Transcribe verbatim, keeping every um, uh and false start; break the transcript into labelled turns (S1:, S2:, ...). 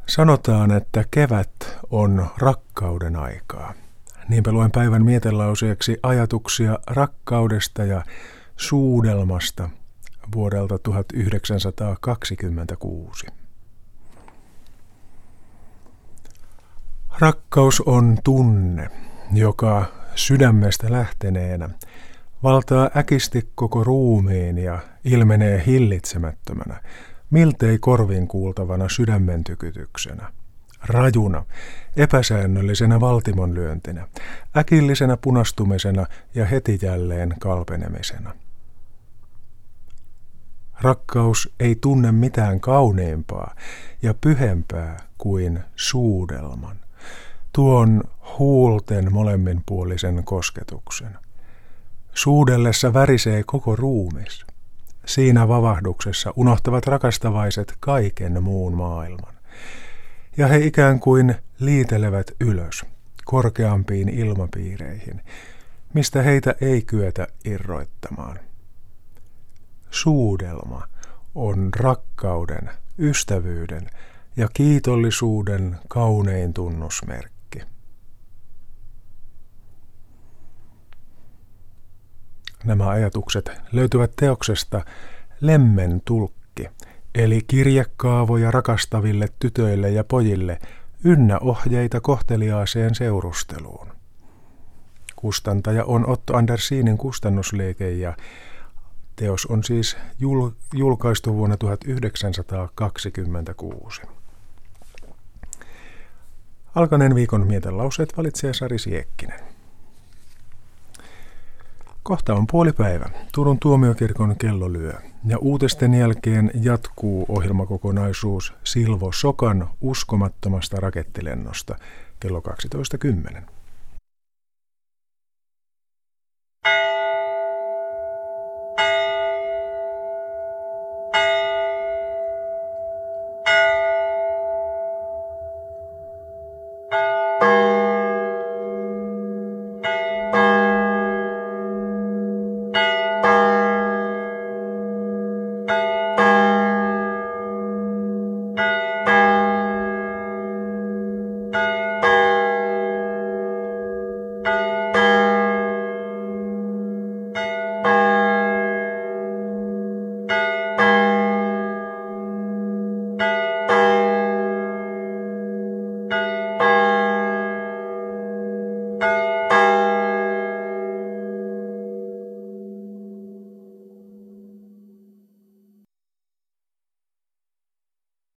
S1: Sanotaan, että kevät on rakkauden aikaa. Niinpä luen päivän mietelauseeksi ajatuksia rakkaudesta ja suudelmasta vuodelta tuhatyhdeksänsataakaksikymmentäkuusi. Rakkaus on tunne, joka sydämestä lähteneenä valtaa äkisti koko ruumiin ja ilmenee hillitsemättömänä, miltei korviin kuultavana sydämen tykytyksenä, rajuna, epäsäännöllisenä valtimonlyöntinä, äkillisenä punastumisena ja heti jälleen kalpenemisena. Rakkaus ei tunne mitään kauneimpaa ja pyhempää kuin suudelman, tuon huulten molemminpuolisen kosketuksen. Suudellessa värisee koko ruumis. Siinä vavahduksessa unohtavat rakastavaiset kaiken muun maailman. Ja he ikään kuin liitelevät ylös korkeampiin ilmapiireihin, mistä heitä ei kyetä irroittamaan. Suudelma on rakkauden, ystävyyden ja kiitollisuuden kaunein tunnusmerkki. Nämä ajatukset löytyvät teoksesta Lemmen tulkki, eli kirjekaavoja rakastaville tytöille ja pojille ynnä ohjeita kohteliaaseen seurusteluun. Kustantaja on Otto Andersinin kustannusliike ja teos on siis jul- julkaistu vuonna tuhatyhdeksänsataakaksikymmentäkuusi. Alkaneen viikon mietelauseet valitsee Sari Siekkinen. Kohta on puolipäivä. Turun tuomiokirkon kello lyö ja uutisten jälkeen jatkuu ohjelmakokonaisuus Silvo Sokan uskomattomasta rakettilennosta kello kaksitoista kymmenen.
S2: Thank you.